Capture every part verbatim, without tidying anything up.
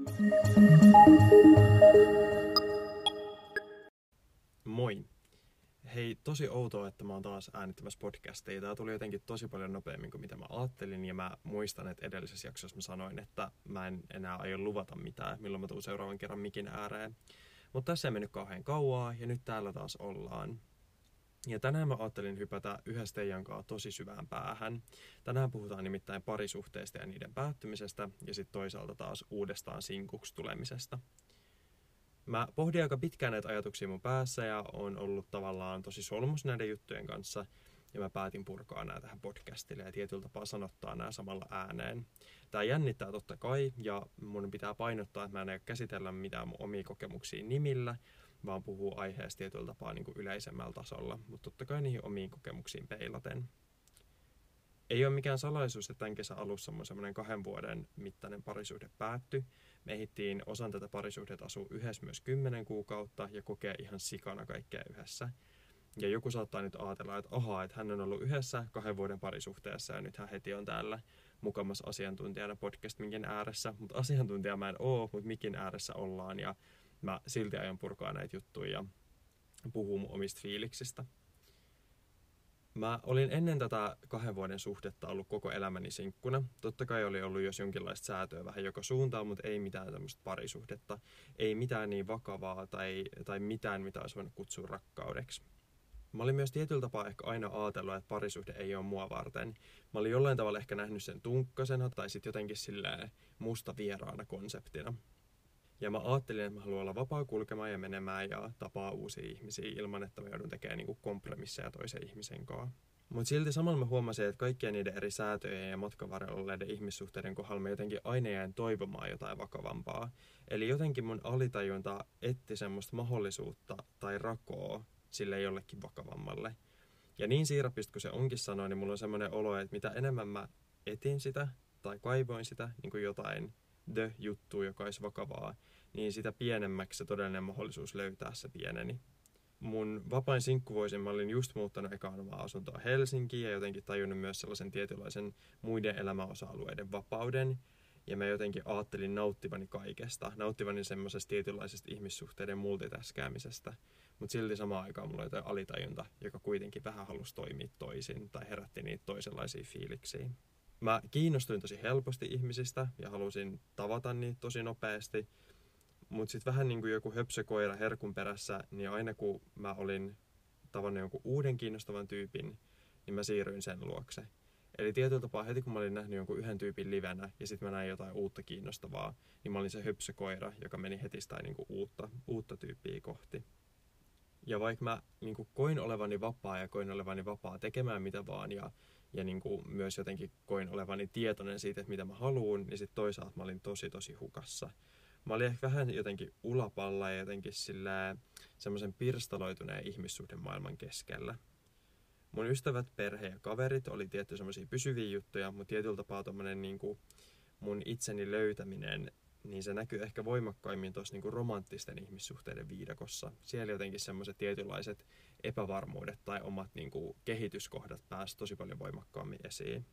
Moi! Hei, tosi outoa, että mä oon taas äänittämässä podcastia. Tää tuli jotenkin tosi paljon nopeammin kuin mitä mä ajattelin, ja mä muistan, että edellisessä jaksossa mä sanoin, että mä en enää aio luvata mitään, milloin mä tuun seuraavan kerran mikin ääreen. Mutta tässä ei mennyt kauhean kauaa, ja nyt täällä taas ollaan. Ja tänään mä ajattelin hypätä yhdessä teidän kanssa tosi syvään päähän. Tänään puhutaan nimittäin parisuhteista ja niiden päättymisestä, ja sitten toisaalta taas uudestaan sinkuksi tulemisesta. Mä pohdin aika pitkään näitä ajatuksia mun päässä ja on ollut tavallaan tosi solmus näiden juttujen kanssa. Ja mä päätin purkaa nämä tähän podcastille ja tietyllä tapaa sanottaa nämä samalla ääneen. Tää jännittää totta kai ja mun pitää painottaa, että mä en aio käsitellä mitään mun omia kokemuksia nimillä, vaan puhuu aiheesta tietyllä tapaa niin kuin yleisemmällä tasolla, mutta totta kai niihin omiin kokemuksiin peilaten. Ei ole mikään salaisuus, että tämän kesän alussa mun semmoinen kahden vuoden mittainen parisuhde päättyi. Me ehdittiin osan tätä parisuhdetta asua yhdessä myös kymmenen kuukautta ja kokea ihan sikana kaikkea yhdessä. Ja joku saattaa nyt ajatella, että ahaa, että hän on ollut yhdessä kahden vuoden parisuhteessa ja nyt hän heti on täällä mukamassa asiantuntijana podcast-mikin ääressä. Mutta asiantuntija mä en oo, mutta mikin ääressä ollaan ja mä silti aion purkaa näitä juttuja ja puhuu mun omista fiiliksistä. Mä olin ennen tätä kahden vuoden suhdetta ollut koko elämäni sinkkuna. Totta kai oli ollut jos jonkinlaista säätöä vähän joka suuntaan, mutta ei mitään tämmöistä parisuhdetta. Ei mitään niin vakavaa tai, tai mitään, mitä olisi voinut kutsua rakkaudeksi. Mä olin myös tietyllä tapaa ehkä aina ajatellut, että parisuhde ei ole mua varten. Mä olin jollain tavalla ehkä nähnyt sen tunkkasena tai sitten jotenkin silleen musta vieraana konseptina. Ja mä ajattelin, että mä haluan olla vapaa kulkemaan ja menemään ja tapaa uusia ihmisiä ilman, että mä joudun tekemään niinku kompromisseja toisen ihmisen kanssa. Mutta silti samalla mä huomasin, että kaikkien niiden eri säätöjen ja matkan varrella olleiden ihmissuhteiden kohdalla mä jotenkin aina jäin toivomaan jotain vakavampaa. Eli jotenkin mun alitajunta etti semmoista mahdollisuutta tai rakoa sille jollekin vakavammalle. Ja niin siirapista kuin se onkin sanoi, niin mulla on semmoinen olo, että mitä enemmän mä etin sitä tai kaivoin sitä niin kuin jotain the-juttua, joka olisi vakavaa, niin sitä pienemmäksi se todellinen mahdollisuus löytää se pieneni. Mun vapain sinkkuvuosin mä olin just muuttanut ekaan omaa asuntoa Helsinkiin ja jotenkin tajunnut myös sellaisen tietynlaisen muiden elämäosa-alueiden vapauden. Ja mä jotenkin ajattelin nauttivani kaikesta, nauttivani semmoisesta tietynlaisesta ihmissuhteiden multitaskäämisestä. Mutta silti samaan aikaan mulla oli jotain alitajunta, joka kuitenkin vähän halusi toimia toisin tai herätti niitä toisenlaisia fiiliksiä. Mä kiinnostuin tosi helposti ihmisistä ja halusin tavata niitä tosi nopeasti. Mutta sitten vähän niin kuin joku höpsökoira herkun perässä, niin aina kun mä olin tavannut jonkun uuden kiinnostavan tyypin, niin mä siirryin sen luokse. Eli tietyllä tapaa heti kun mä olin nähnyt jonkun yhden tyypin livenä ja sitten mä näin jotain uutta kiinnostavaa, niin mä olin se höpsökoira, joka meni heti sitä niin kuin uutta, uutta tyyppiä kohti. Ja vaikka mä niin kuin koin olevani vapaa ja koin olevani vapaa tekemään mitä vaan ja, ja niin kuin myös jotenkin koin olevani tietoinen siitä, että mitä mä haluun, niin sitten toisaalta mä olin tosi tosi hukassa. Mä olin ehkä vähän jotenkin ulapalla ja jotenkin sillä semmoisen pirstaloituneen ihmissuhdemaailman keskellä. Mun ystävät, perhe ja kaverit oli tietty semmoisia pysyviä juttuja, mutta tietyllä tapaa tommonen niinku mun itseni löytäminen, niin se näkyy ehkä voimakkaimmin tuossa niinku romanttisten ihmissuhteiden viidakossa. Siellä jotenkin semmoiset tietynlaiset epävarmuudet tai omat niinku kehityskohdat pääsi tosi paljon voimakkaammin esiin.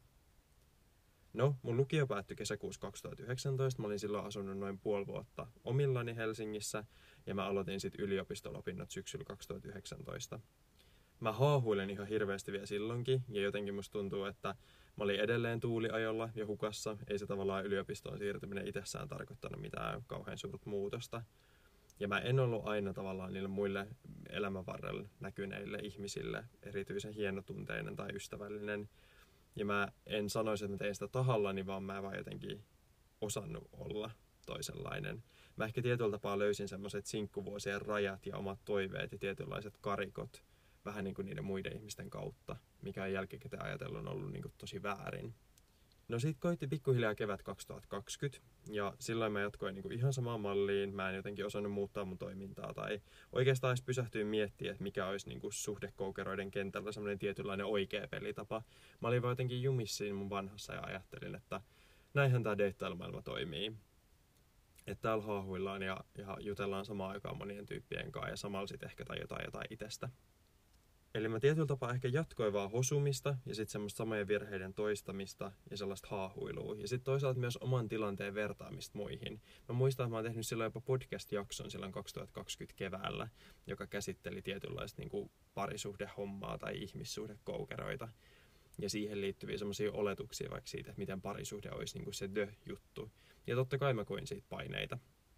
No, mun lukio päättyi kesäkuussa kaksituhattayhdeksäntoista. Mä olin silloin asunut noin puoli vuotta omillani Helsingissä ja mä aloitin sitten yliopisto-opinnot syksyllä kaksituhattayhdeksäntoista. Mä haahuilen ihan hirveästi vielä silloinkin ja jotenkin musta tuntuu, että mä olin edelleen tuuliajolla ja hukassa. Ei se tavallaan yliopistoon siirtyminen itsessään tarkoittanut mitään kauhean suurta muutosta. Ja mä en ollut aina tavallaan niille muille elämän varrella näkyneille ihmisille erityisen hienotunteinen tai ystävällinen. Ja mä en sanoisi, että mä tein sitä tahallani, vaan mä en vaan jotenkin osannut olla toisenlainen. Mä ehkä tietyllä tapaa löysin semmoiset sinkkuvuosien rajat ja omat toiveet ja tietynlaiset karikot vähän niin kuin niiden muiden ihmisten kautta, mikä on jälkikäteen ajatellen ollut niin kuin tosi väärin. No sit koitti pikkuhiljaa kevät kaksituhattakaksikymmentä ja silloin mä jatkoin niin kuin ihan samaan malliin. Mä en jotenkin osannut muuttaa mun toimintaa tai oikeastaan edes pysähtyin miettimään, että mikä olisi niin kuin suhdekoukeroiden kentällä semmoinen tietynlainen oikea pelitapa. Mä olin vaan jotenkin jumissiin mun vanhassa ja ajattelin, että näinhän tää deittailumaailma toimii. Että täällä haahuillaan ja, ja jutellaan samaan aikaan monien tyyppien kanssa ja samalla sit ehkä tajutaan jotain itsestä. Eli mä tietyllä tapaa ehkä jatkoin vaan hosumista ja sitten semmoista samojen virheiden toistamista ja sellaista haahuilua. Ja sitten toisaalta myös oman tilanteen vertaamista muihin. Mä muistan, että mä oon tehnyt silloin jopa podcast-jakson silloin kaksituhattakaksikymmentä keväällä, joka käsitteli tietynlaista niin kuin parisuhdehommaa tai ihmissuhdekoukeroita. Ja siihen liittyviä semmoisia oletuksia vaikka siitä, että miten parisuhde olisi niin kuin se the-juttu. Ja totta kai mä koin siitä paineita.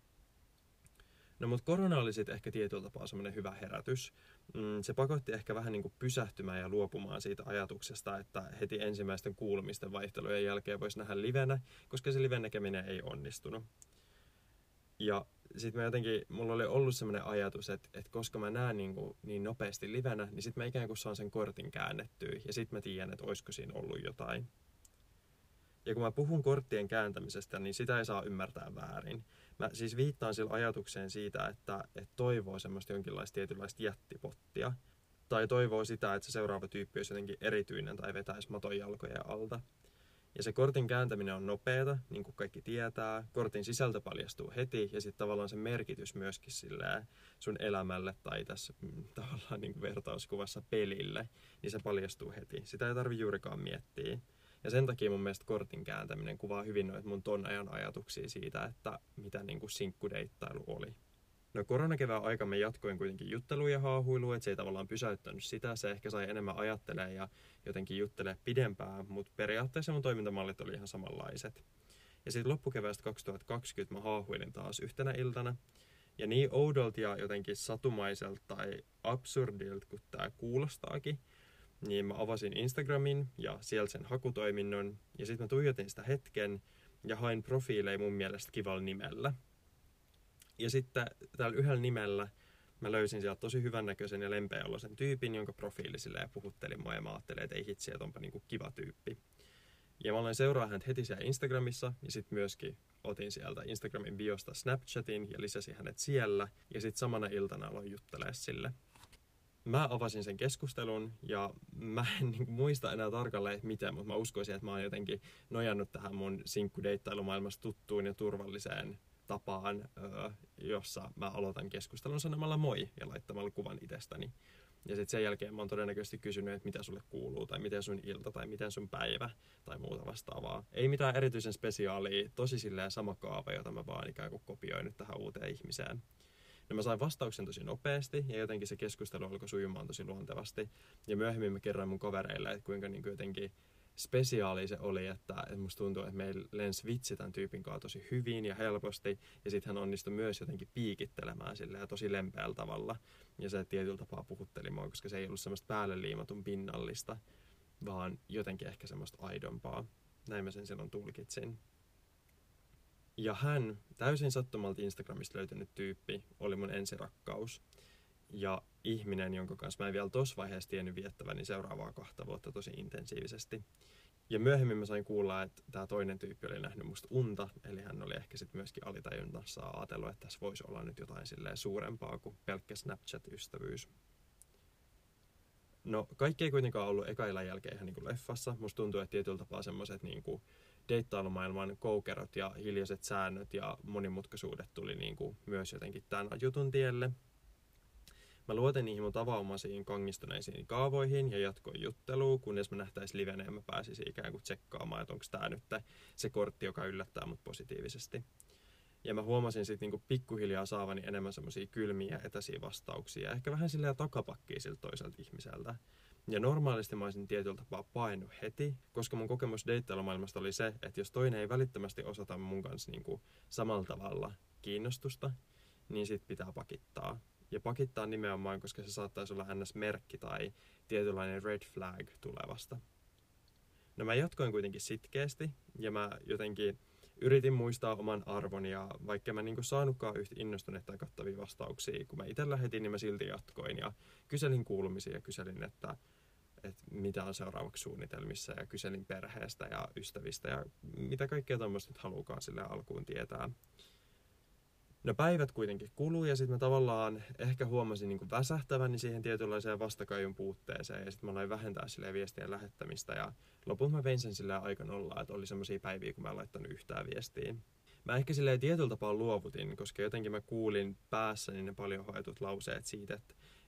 No mutta korona oli sitten ehkä tietyllä tapaa semmoinen hyvä herätys. Se pakotti ehkä vähän niin kuin pysähtymään ja luopumaan siitä ajatuksesta, että heti ensimmäisten kuulumisten vaihtelujen jälkeen voisi nähdä livenä, koska se liven näkeminen ei onnistunut. Ja sitten mä jotenkin, mulla oli ollut semmoinen ajatus, että, että koska mä näen niin, kuin, niin nopeasti livenä, niin sitten mä ikään kuin saan sen kortin käännettyä ja sitten mä tiedän, että olisiko siinä ollut jotain. Ja kun mä puhun korttien kääntämisestä, niin sitä ei saa ymmärtää väärin. Mä siis viittaan sillä ajatukseen siitä, että, että toivoo semmoista jonkinlaista tietynlaista jättipottia. Tai toivoo sitä, että se seuraava tyyppi olisi jotenkin erityinen tai vetäisi maton jalkojen alta. Ja se kortin kääntäminen on nopeata, niin kuin kaikki tietää. Kortin sisältö paljastuu heti ja sitten tavallaan se merkitys myöskin silleen sun elämälle tai tässä mm, tavallaan niin kuin vertauskuvassa pelille, niin se paljastuu heti. Sitä ei tarvitse juurikaan miettiä. Ja sen takia mun mielestä kortin kääntäminen kuvaa hyvin noita mun ton ajan ajatuksia siitä, että mitä niin kuin sinkkudeittailu oli. No koronakevään aika mä jatkoin kuitenkin juttelua ja haahuilua, että se ei tavallaan pysäyttänyt sitä. Se ehkä sai enemmän ajattelemaan ja jotenkin juttelee pidempään, mutta periaatteessa mun toimintamallit oli ihan samanlaiset. Ja sitten loppukeväästä kaksituhattakaksikymmentä mä haahuilin taas yhtenä iltana. Ja niin oudolta ja jotenkin satumaiselta tai absurdilta kuin tää kuulostaakin, niin mä avasin Instagramin ja sieltä sen hakutoiminnon. Ja sitten mä tuijotin sitä hetken ja hain profiileja mun mielestä kivalla nimellä. Ja sitten täällä yhdellä nimellä mä löysin sieltä tosi hyvännäköisen ja lempeäoloisen tyypin, jonka profiili silleen puhutteli mua ja mä ajattelin, että ei hitsi, että onpa niinku kiva tyyppi. Ja mä aloin seuraa häntä heti siellä Instagramissa ja sitten myöskin otin sieltä Instagramin biosta Snapchatin ja lisäsin hänet siellä. Ja sitten samana iltana aloin juttelemaan sille. Mä avasin sen keskustelun ja mä en niin kuin muista enää tarkalleen, että miten, mutta mä uskoisin, että mä oon jotenkin nojannut tähän mun sinkkudeittailumaailmassa tuttuun ja turvalliseen tapaan, jossa mä aloitan keskustelun sanomalla moi ja laittamalla kuvan itsestäni. Ja sitten sen jälkeen mä oon todennäköisesti kysynyt, että mitä sulle kuuluu, tai miten sun ilta, tai miten sun päivä, tai muuta vastaavaa. Ei mitään erityisen spesiaalia, tosi silleen sama kaava, jota mä vaan ikään kuin kopioin nyt tähän uuteen ihmiseen. No mä sain vastauksen tosi nopeasti, ja jotenkin se keskustelu alkoi sujumaan tosi luontevasti. Ja myöhemmin mä kerroin mun kavereille, että kuinka niin kuin jotenkin spesiaali se oli, että, että musta tuntuu, että meillä lensi vitsi tämän tyypin kanssa tosi hyvin ja helposti. Ja sitten hän onnistui myös jotenkin piikittelemään silleen tosi lempeällä tavalla. Ja se tietyllä tapaa puhutteli mua, koska se ei ollut semmoista päälle liimatun pinnallista, vaan jotenkin ehkä semmoista aidompaa. Näin mä sen silloin tulkitsin. Ja hän, täysin sattumalta Instagramista löytynyt tyyppi, oli mun ensirakkaus. Ja ihminen, jonka kanssa mä en vielä tossa vaiheessa tiennyt viettäväni seuraavaa kahta vuotta tosi intensiivisesti. Ja myöhemmin mä sain kuulla, että tämä toinen tyyppi oli nähnyt musta unta, eli hän oli ehkä sitten myöskin alitajunnassa ajatellut, että tässä voisi olla nyt jotain silleen suurempaa kuin pelkkä Snapchat-ystävyys. No, kaikki ei kuitenkaan ollut eka illan jälkeen ihan niin kuin leffassa. Musta tuntuu, että tietyllä tapaa semmoiset niin kuin deittailumaailman koukerot ja hiljaiset säännöt ja monimutkaisuudet tuli niin kuin myös jotenkin tämän jutun tielle. Mä luotin niihin mun tavaumaisiin kangistuneisiin kaavoihin ja jatkoin juttelua, kunnes mä nähtäis livenä ja mä pääsisin ikään kuin tsekkaamaan, että onko tää nyt se kortti, joka yllättää mut positiivisesti. Ja mä huomasin sitten niinku pikkuhiljaa saavani enemmän semmosia kylmiä etäisiä vastauksia, ehkä vähän silleen takapakkia siltä toiselta ihmiseltä. Ja normaalisti mä olisin tietyllä tapaa painut heti, koska mun kokemus deittailumaailmasta oli se, että jos toinen ei välittömästi osoita mun kanssa niinku samalla tavalla kiinnostusta, niin sit pitää pakittaa. Ja pakittaa nimenomaan, koska se saattaisi olla ns-merkki tai tietynlainen red flag tulevasta. No mä jatkoin kuitenkin sitkeästi ja mä jotenkin yritin muistaa oman arvon ja vaikka mä en niin saanutkaan yhtä innostuneita tai kattavia vastauksia, kun mä itse lähetin, niin mä silti jatkoin ja kyselin kuulumisia ja kyselin, että, että mitä on seuraavaksi suunnitelmissa ja kyselin perheestä ja ystävistä ja mitä kaikkea tommoista nyt haluukaan sille alkuun tietää. No päivät kuitenkin kului ja sitten mä tavallaan ehkä huomasin niin kuin väsähtäväni siihen tietynlaiseen vastakaiun puutteeseen ja sitten mä aloin vähentää silleen viestien lähettämistä ja lopulta mä vein sen silleen aika nollaa, että oli semmosia päiviä, kun mä en laittanut yhtään viestiä. Mä ehkä silleen tietyllä tapaa luovutin, koska jotenkin mä kuulin päässäni ne paljon hoetut lauseet siitä, että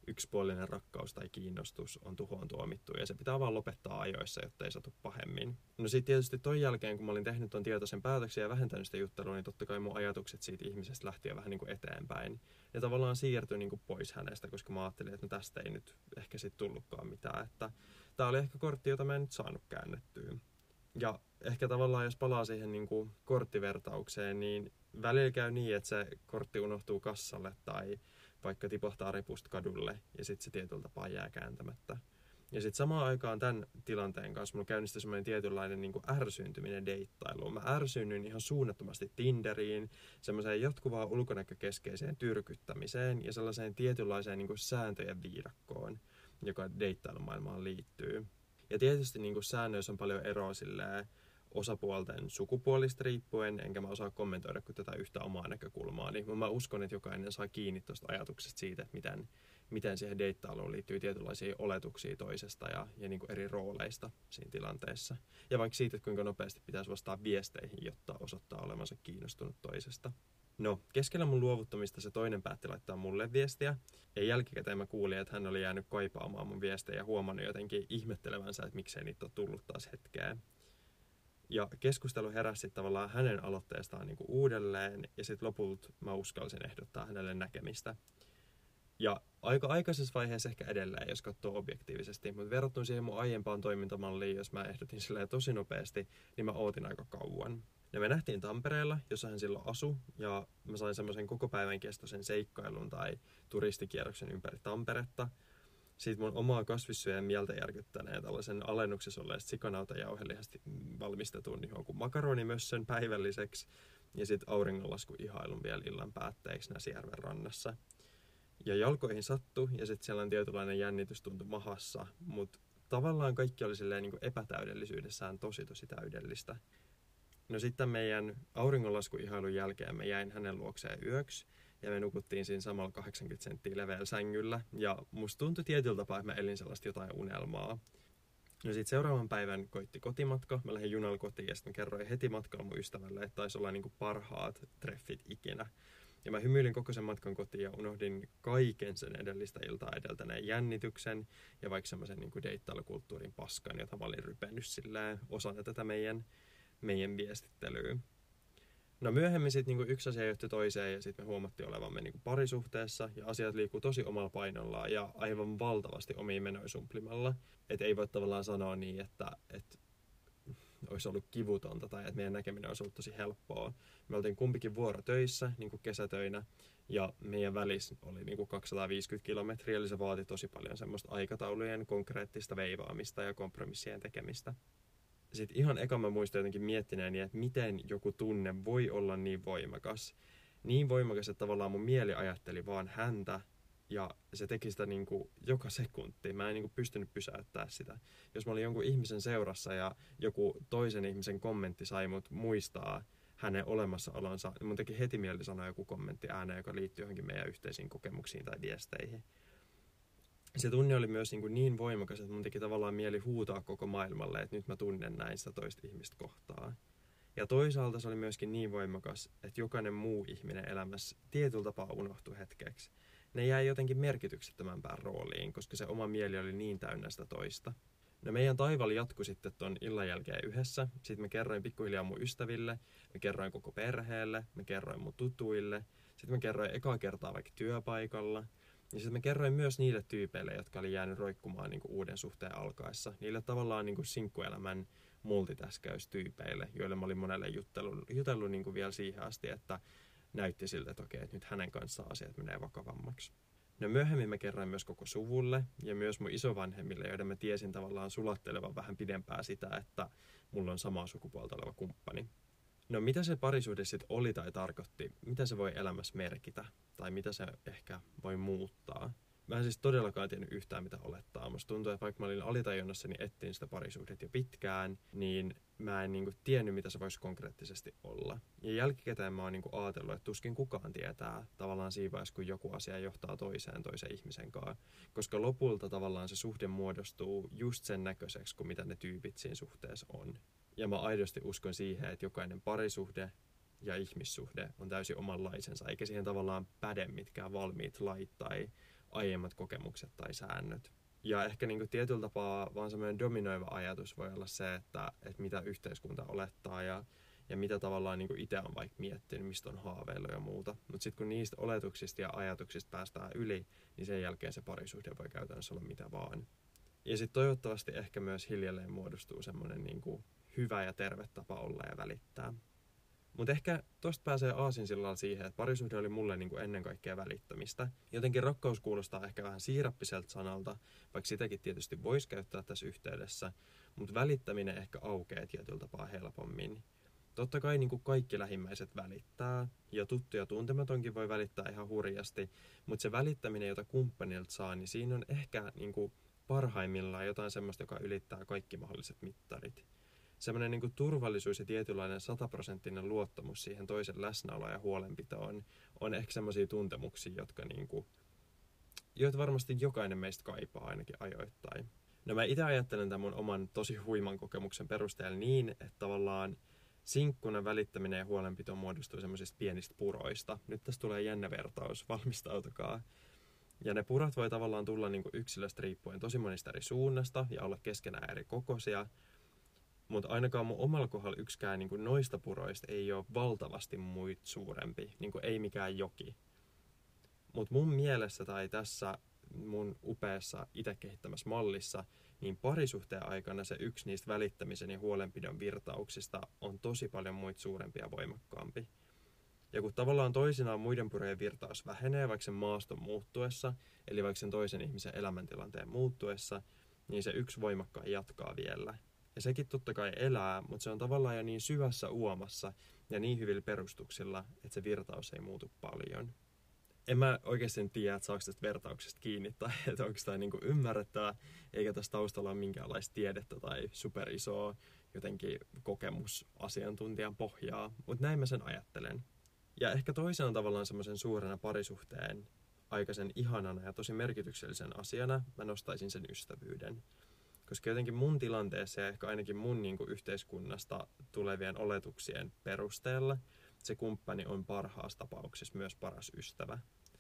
yksipuolinen rakkaus tai kiinnostus on tuhoon tuomittu ja se pitää vaan lopettaa ajoissa, jotta ei satu pahemmin. No sitten tietysti ton jälkeen, kun mä olin tehnyt ton tietoisen päätöksen ja vähentänyt sitä juttelua, niin totta kai mun ajatukset siitä ihmisestä lähti jo vähän niin kuin eteenpäin. Ja tavallaan siirtyi niin kuin pois hänestä, koska mä ajattelin, että no tästä ei nyt ehkä sit tullutkaan mitään. Että tää oli ehkä kortti, jota mä en nyt saanut käännettyä. Ja ehkä tavallaan, jos palaa siihen niin kuin korttivertaukseen, niin välillä käy niin, että se kortti unohtuu kassalle tai vaikka tipahtaa repusta kadulle ja sitten se tietyllä tapaa jää kääntämättä. Ja sitten samaan aikaan tämän tilanteen kanssa mulla käynnistyi semmoinen tietynlainen niin kuin ärsyyntyminen deittailuun. Mä ärsyynnyin ihan suunnattomasti Tinderiin, semmoiseen jatkuvaan ulkonäkökeskeiseen tyrkyttämiseen ja sellaiseen tietynlaiseen niin kuin sääntöjen viidakkoon, joka deittailumaailmaan liittyy. Ja tietysti niin kuin säännöissä on paljon eroa silleen, osapuolten sukupuolista riippuen, enkä mä osaa kommentoida kuin tätä yhtä omaa näkökulmaa, niin mä uskon, että jokainen saa kiinni tuosta ajatuksesta siitä, että miten, miten siihen deittailuun liittyy tietynlaisia oletuksia toisesta ja, ja niin kuin eri rooleista siinä tilanteessa. Ja vaikka siitä, että kuinka nopeasti pitäisi vastata viesteihin, jotta osoittaa olevansa kiinnostunut toisesta. No, keskellä mun luovuttamista se toinen päätti laittaa mulle viestiä, ja jälkikäteen mä kuulin, että hän oli jäänyt kaipaamaan mun viestejä ja huomannut jotenkin ihmettelevänsä, että miksei niitä ole tullut taas hetkeen. Ja keskustelu heräsi tavallaan hänen aloitteestaan niin kuin uudelleen, ja sitten lopulta mä uskalsin ehdottaa hänelle näkemistä. Ja aika aikaisessa vaiheessa ehkä edelleen, jos katsoo objektiivisesti, mutta verrattuna siihen mun aiempaan toimintamalliin, jos mä ehdotin silleen tosi nopeasti, niin mä ootin aika kauan. Ja me nähtiin Tampereella, jossa hän silloin asui, ja mä sain semmoisen koko päivän kestoisen seikkailun tai turistikierroksen ympäri Tamperetta. Siitä mun omaa kasvissyöjän mieltä järkyttäneen tällaisen alennuksessa olleesta sikanautajauhelihasti valmistetun jonkun makaronimössön päivälliseksi ja sitten auringonlasku ihailun vielä illan päätteeksi Näsijärven rannassa. Ja jalkoihin sattui ja sitten sellainen tietynlainen jännitys tuntui mahassa, mutta tavallaan kaikki oli silleen niin kuin epätäydellisyydessään tosi tosi täydellistä. No sitten meidän auringonlaskuihailun jälkeen mä jäin hänen luokseen yöksi. Ja me nukuttiin siinä samalla kahdeksankymmentä senttiä leveällä sängyllä. Ja musta tuntui tietyllä tapaa, että mä elin sellaista jotain unelmaa. No sit seuraavan päivän koitti kotimatka. Mä lähdin junalla kotiin ja sitten kerroin heti matkalla mun ystävälle, että taisi olla niinku parhaat treffit ikinä. Ja mä hymyilin koko sen matkan kotiin ja unohdin kaiken sen edellistä iltaa edeltäneen jännityksen. Ja vaikka semmoisen niinku deittailukulttuurin paskan, jota mä olin rypennyt silleen osana tätä meidän, meidän viestittelyä. No myöhemmin sitten niinku yksi asia johti toiseen ja sitten me huomattiin olevamme niinku parisuhteessa ja asiat liikkuu tosi omalla painollaan ja aivan valtavasti omiin menoin sumplimalla. Että ei voi tavallaan sanoa niin, että, että olisi ollut kivutonta tai että meidän näkeminen olisi ollut tosi helppoa. Me oltiin kumpikin vuorotöissä, niin kuin kesätöinä, ja meidän välissä oli niin kuin kaksisataaviisikymmentä kilometriä, eli se vaati tosi paljon semmoista aikataulujen konkreettista veivaamista ja kompromissien tekemistä. Sitten ihan eka mä muistan jotenkin miettineeni, että miten joku tunne voi olla niin voimakas. Niin voimakas, että tavallaan mun mieli ajatteli vaan häntä, ja se teki sitä niin kuin joka sekunti. Mä en niin kuin pystynyt pysäyttämään sitä. Jos mä olin jonkun ihmisen seurassa ja joku toisen ihmisen kommentti sai mut muistaa hänen olemassaolonsa, niin mun teki heti mieli sanoa joku kommentti ääneen, joka liittyy johonkin meidän yhteisiin kokemuksiin tai viesteihin. Se tunne oli myös niin, kuin niin voimakas, että mun teki tavallaan mieli huutaa koko maailmalle, että nyt mä tunnen näin sitä toista ihmistä kohtaa. Ja toisaalta se oli myöskin niin voimakas, että jokainen muu ihminen elämässä tietyllä tapaa unohtui hetkeksi. Ne jäi jotenkin merkityksettömämpään rooliin, koska se oma mieli oli niin täynnä sitä toista. No meidän taival jatkui sitten ton illan jälkeen yhdessä. Sitten mä kerroin pikkuhiljaa mun ystäville, mä kerroin koko perheelle, mä kerroin mun tutuille. Sitten mä kerroin ekaa kertaa vaikka työpaikalla. Ja sitten mä kerroin myös niille tyypeille, jotka oli jäänyt roikkumaan niin kuin uuden suhteen alkaessa. Niille tavallaan niin kuin sinkkuelämän multitäskäystyypeille, joille mä olin monelle jutellut, jutellut niin kuin vielä siihen asti, että näytti siltä, että okei, että nyt hänen kanssaan asiat menee vakavammaksi. No myöhemmin mä kerroin myös koko suvulle ja myös mun isovanhemmille, joiden mä tiesin tavallaan sulattelevan vähän pidempää sitä, että mulla on samaa sukupuolta oleva kumppani. No mitä se parisuhde sitten oli tai tarkoitti? Mitä se voi elämässä merkitä? Tai mitä se ehkä voi muuttaa? Mä en siis todellakaan tiennyt yhtään mitä olettaa. Musta tuntuu, että vaikka mä olin alitajunnassani etsin sitä parisuhdet jo pitkään, niin mä en niinku tiennyt, mitä se voisi konkreettisesti olla. Ja jälkikäteen mä oon niinku ajatellut, että tuskin kukaan tietää tavallaan siinä vaiheessa, kun joku asia johtaa toiseen toisen ihmisen kanssa. Koska lopulta tavallaan se suhde muodostuu just sen näköiseksi, kuin mitä ne tyypit siinä suhteessa on. Ja mä aidosti uskon siihen, että jokainen parisuhde ja ihmissuhde on täysin omanlaisensa, eikä siihen tavallaan päde mitkään valmiit lait tai aiemmat kokemukset tai säännöt. Ja ehkä niin kuin tietyllä tapaa vaan semmoinen dominoiva ajatus voi olla se, että, että mitä yhteiskunta olettaa ja, ja mitä tavallaan niin kuin itse on vaikka miettinyt, mistä on haaveillut ja muuta. Mutta sitten kun niistä oletuksista ja ajatuksista päästään yli, niin sen jälkeen se parisuhde voi käytännössä olla mitä vaan. Ja sitten toivottavasti ehkä myös hiljalleen muodostuu semmoinen niin kuin hyvä ja terve tapa olla ja välittää. Mutta ehkä tosta pääsee aasinsillalla siihen, että parisuhde oli mulle niinku ennen kaikkea välittämistä. Jotenkin rakkaus kuulostaa ehkä vähän siirappiselta sanalta, vaikka sitäkin tietysti voisi käyttää tässä yhteydessä. Mutta välittäminen ehkä aukeaa tietyllä tapaa helpommin. Totta kai niinku kaikki lähimmäiset välittää, ja tuttu ja tuntematonkin voi välittää ihan hurjasti. Mutta se välittäminen, jota kumppanilta saa, niin siinä on ehkä niinku parhaimmillaan jotain semmoista, joka ylittää kaikki mahdolliset mittarit. Semmoinen niin kuin turvallisuus ja tietynlainen sataprosenttinen luottamus siihen toisen läsnäoloon ja huolenpitoon on ehkä semmoisia tuntemuksia, jotka niin kuin, joita varmasti jokainen meistä kaipaa ainakin ajoittain. No mä itse ajattelen tämän mun oman tosi huiman kokemuksen perusteella niin, että tavallaan sinkkuna välittäminen ja huolenpito muodostuu semmoisista pienistä puroista. Nyt tässä tulee jännä vertaus, valmistautukaa. Ja ne purat voi tavallaan tulla niin kuin yksilöstä riippuen tosi monista eri suunnasta ja olla keskenään eri kokoisia. Mutta ainakaan mun omalla kohdalla yksikään niin kuin noista puroista ei ole valtavasti muit suurempi, niin kuin ei mikään joki. Mutta mun mielessä tai tässä mun upeassa itse kehittämässä mallissa, niin parisuhteen aikana se yksi niistä välittämisen ja huolenpidon virtauksista on tosi paljon muita suurempi ja voimakkaampi. Ja kun tavallaan toisinaan muiden purojen virtaus vähenee vaikka sen maaston muuttuessa, eli vaikka sen toisen ihmisen elämäntilanteen muuttuessa, niin se yksi voimakkaan jatkaa vielä. Ja sekin totta kai elää, mutta se on tavallaan jo niin syvässä uomassa ja niin hyvillä perustuksilla, että se virtaus ei muutu paljon. En mä oikeasti tiedä, että saako tästä vertauksesta kiinni tai että onko tämä niinku ymmärrettävää, eikä tässä taustalla ole minkäänlaista tiedettä tai superisoa jotenkin kokemusasiantuntijan pohjaa, mutta näin mä sen ajattelen. Ja ehkä toisena tavallaan semmoisen suurena parisuhteen aikaisen ihanana ja tosi merkityksellisen asiana mä nostaisin sen ystävyyden. Koska jotenkin mun tilanteessa ja ehkä ainakin mun niin kuin yhteiskunnasta tulevien oletuksien perusteella se kumppani on parhaassa tapauksessa myös paras ystävä.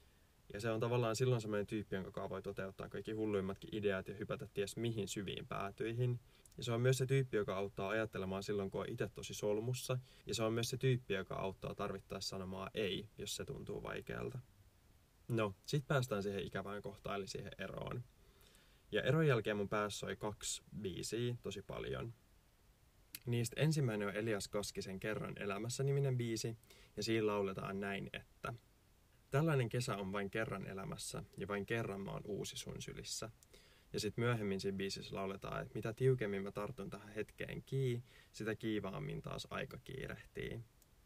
Ja se on tavallaan silloin semmoinen tyyppi, jonka voi toteuttaa kaikki hulluimmatkin ideat ja hypätä ties mihin syviin päätyihin. Ja se on myös se tyyppi, joka auttaa ajattelemaan silloin, kun on itse tosi solmussa. Ja se on myös se tyyppi, joka auttaa tarvittaessa sanomaan ei, jos se tuntuu vaikealta. No, sit päästään siihen ikävään kohtaan, eli siihen eroon. Ja eron jälkeen mun päässä soi kaksi biisiä tosi paljon. Niistä ensimmäinen on Elias Kaskisen Kerran elämässä -niminen biisi, ja siinä lauletaan näin, että tällainen kesä on vain kerran elämässä, ja vain kerran mä oon uusi sun sylissä. Ja sitten myöhemmin siinä biisissä lauletaan, että mitä tiukemmin mä tartun tähän hetkeen kiinni, sitä kiivaammin taas aika kiirehtii.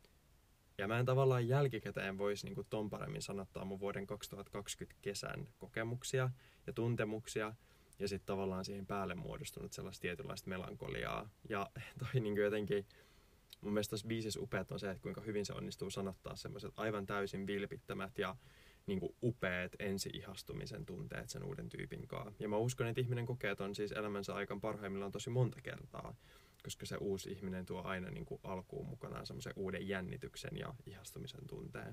Ja mä en tavallaan jälkikäteen voisi niin kuin ton paremmin sanottaa mun vuoden kaksituhattakaksikymmentä kesän kokemuksia ja tuntemuksia, ja sitten tavallaan siihen päälle muodostunut sellaista tietynlaista melankoliaa. Ja toi niin kuin jotenkin, mun mielestä tuossa biisissä upeat on se, että kuinka hyvin se onnistuu sanottaa semmoiset aivan täysin vilpittömät ja niin kuin upeat ensi-ihastumisen tunteet sen uuden tyypin kanssa. Ja mä uskon, että ihminen kokee ton siis elämänsä aikaan parhaimmillaan tosi monta kertaa, koska se uusi ihminen tuo aina niin kuin alkuun mukanaan semmoisen uuden jännityksen ja ihastumisen tunteen.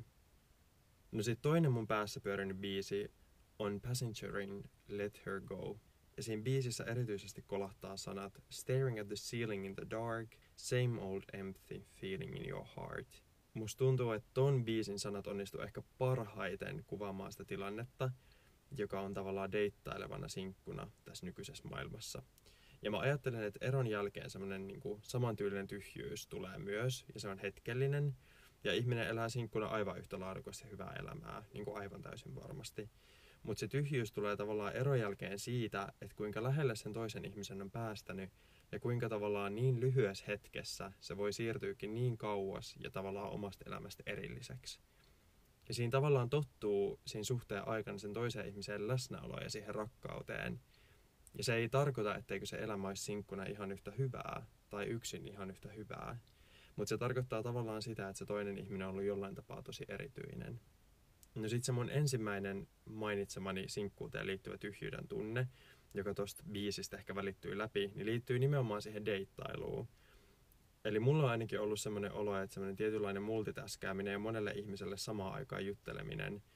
No sit toinen mun päässä pyörinyt biisi on Passengerin Let Her Go. Ja siinä biisissä erityisesti kolahtaa sanat Staring at the ceiling in the dark, same old empty feeling in your heart. Musta tuntuu, että ton biisin sanat onnistuu ehkä parhaiten kuvaamaan sitä tilannetta, joka on tavallaan deittailevana sinkkuna tässä nykyisessä maailmassa. Ja mä ajattelen, että eron jälkeen semmoinen niin kuin samantyylinen tyhjyys tulee myös, ja se on hetkellinen. Ja ihminen elää sinkkuna aivan yhtä laadukasta ja hyvää elämää, niin kuin aivan täysin varmasti. Mutta se tyhjyys tulee tavallaan eron jälkeen siitä, että kuinka lähelle sen toisen ihmisen on päästänyt, ja kuinka tavallaan niin lyhyessä hetkessä se voi siirtyykin niin kauas ja tavallaan omasta elämästä erilliseksi. Ja siinä tavallaan tottuu siinä suhteen aikana sen toisen ihmisen läsnäoloon ja siihen rakkauteen. Ja se ei tarkoita, etteikö se elämä olisi sinkkuna ihan yhtä hyvää tai yksin ihan yhtä hyvää. Mutta se tarkoittaa tavallaan sitä, että se toinen ihminen on ollut jollain tapaa tosi erityinen. No sit se mun ensimmäinen mainitsemani sinkkuuteen liittyvä tyhjyyden tunne, joka tosta biisistä ehkä välittyy läpi, niin liittyy nimenomaan siihen deittailuun. Eli mulla on ainakin ollut semmoinen olo, että semmoinen tietynlainen multitaskääminen ja monelle ihmiselle samaan aikaan jutteleminen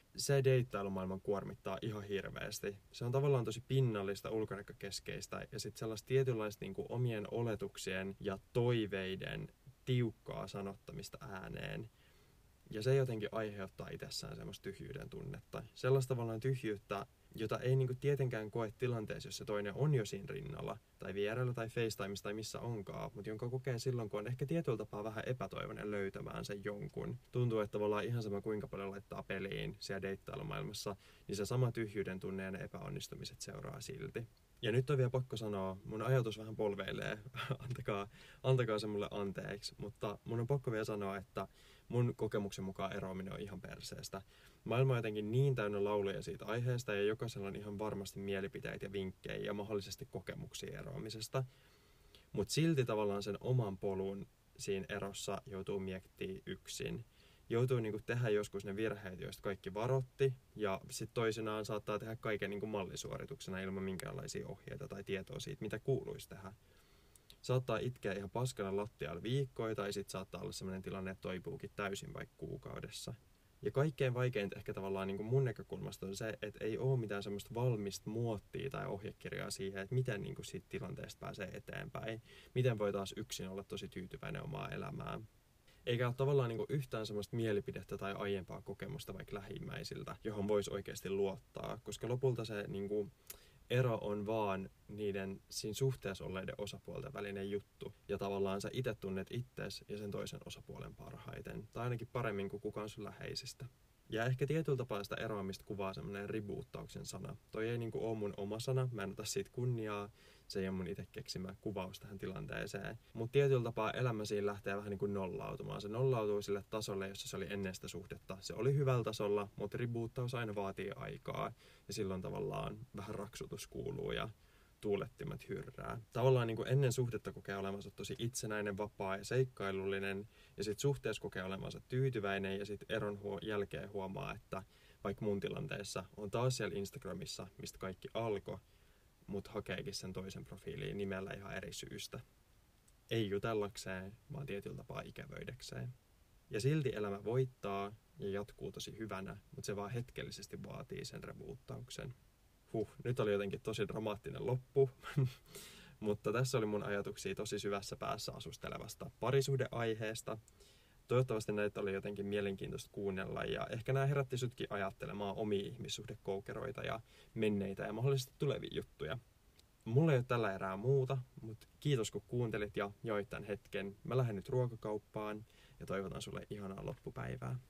se deittailumaailman kuormittaa ihan hirveästi. Se on tavallaan tosi pinnallista, ulkonäkökeskeistä ja sitten sellaista tietynlaista niin kuin omien oletuksien ja toiveiden tiukkaa sanottamista ääneen. Ja se jotenkin aiheuttaa itsessään semmoista tyhjyyden tunnetta. Sellaista tavallaan tyhjyyttä, jota ei niinku tietenkään koe tilanteessa, jos se toinen on jo siinä rinnalla, tai vierellä, tai FaceTimeissa, tai missä onkaan, mutta jonka kokee silloin, kun on ehkä tietyllä tapaa vähän epätoivoinen löytämään sen jonkun. Tuntuu, että tavallaan ihan sama kuinka paljon laittaa peliin siellä deittailumaailmassa, niin se sama tyhjyyden tunne ja ne epäonnistumiset seuraa silti. Ja nyt on vielä pakko sanoa, mun ajatus vähän polveilee, antakaa, antakaa se mulle anteeksi, mutta mun on pakko vielä sanoa, että mun kokemuksen mukaan eroaminen on ihan perseestä. Maailma on jotenkin niin täynnä lauluja siitä aiheesta ja jokaisella on ihan varmasti mielipiteitä ja vinkkejä ja mahdollisesti kokemuksia eroamisesta. Mutta silti tavallaan sen oman polun siinä erossa joutuu miettimään yksin. Joutuu niinku tehdä joskus ne virheet, joista kaikki varotti, ja sitten toisinaan saattaa tehdä kaiken niinku mallisuorituksena ilman minkäänlaisia ohjeita tai tietoa siitä, mitä kuuluisi tehdä. Saattaa itkeä ihan paskana lattialla viikkoja, tai sitten saattaa olla sellainen tilanne, että toipuukin täysin vaikka kuukaudessa. Ja kaikkein vaikeinta ehkä tavallaan niin kuin mun näkökulmasta on se, että ei ole mitään semmoista valmista muottia tai ohjekirjaa siihen, että miten niin kuin siitä tilanteesta pääsee eteenpäin. Miten voi taas yksin olla tosi tyytyväinen omaa elämään. Eikä ole tavallaan niin kuin yhtään semmoista mielipidettä tai aiempaa kokemusta vaikka lähimmäisiltä, johon voisi oikeasti luottaa. Koska lopulta se niin kuin ero on vaan niiden siinä suhteessa olleiden osapuolten välinen juttu. Ja tavallaan sä itse tunnet itsesi ja sen toisen osapuolen parhaiten. Tai ainakin paremmin kuin kukaan sun läheisistä. Ja ehkä tietyllä tapaa sitä eroamista kuvaa semmoinen reboottauksen sana. Toi ei niinku ole mun oma sana, mä en ota siitä kunniaa. Se ei ole mun itse keksimä kuvaus tähän tilanteeseen. Mutta tietyllä tapaa elämä siinä lähtee vähän niin kuin nollautumaan. Se nollautuu sille tasolle, jossa se oli ennen sitä suhdetta. Se oli hyvällä tasolla, mutta reboottaus aina vaatii aikaa. Ja silloin tavallaan vähän raksutus kuuluu ja tuulettimet hyrrää. Tavallaan niin kuin ennen suhdetta kokee olevansa tosi itsenäinen, vapaa ja seikkailullinen. Ja sitten suhteessa kokee olevansa tyytyväinen ja sitten eron huo- jälkeen huomaa, että vaikka mun tilanteessa on taas siellä Instagramissa, mistä kaikki alkoi, mutta hakeekin sen toisen profiiliin nimellä ihan eri syystä. Ei jutellakseen, vaan tietyllä tapaa ikävöidäkseen. Ja silti elämä voittaa ja jatkuu tosi hyvänä, mutta se vaan hetkellisesti vaatii sen reboottauksen. Huh, nyt oli jotenkin tosi dramaattinen loppu, mutta tässä oli mun ajatuksia tosi syvässä päässä asustelevasta parisuhdeaiheesta. Toivottavasti näitä oli jotenkin mielenkiintoista kuunnella ja ehkä nämä herätti sutkin ajattelemaan omia ihmissuhdekoukeroita ja menneitä ja mahdollisesti tulevia juttuja. Mulla ei ole tällä erää muuta, mutta kiitos kun kuuntelit ja joit tämän hetken. Mä lähden nyt ruokakauppaan ja toivotan sulle ihanaa loppupäivää.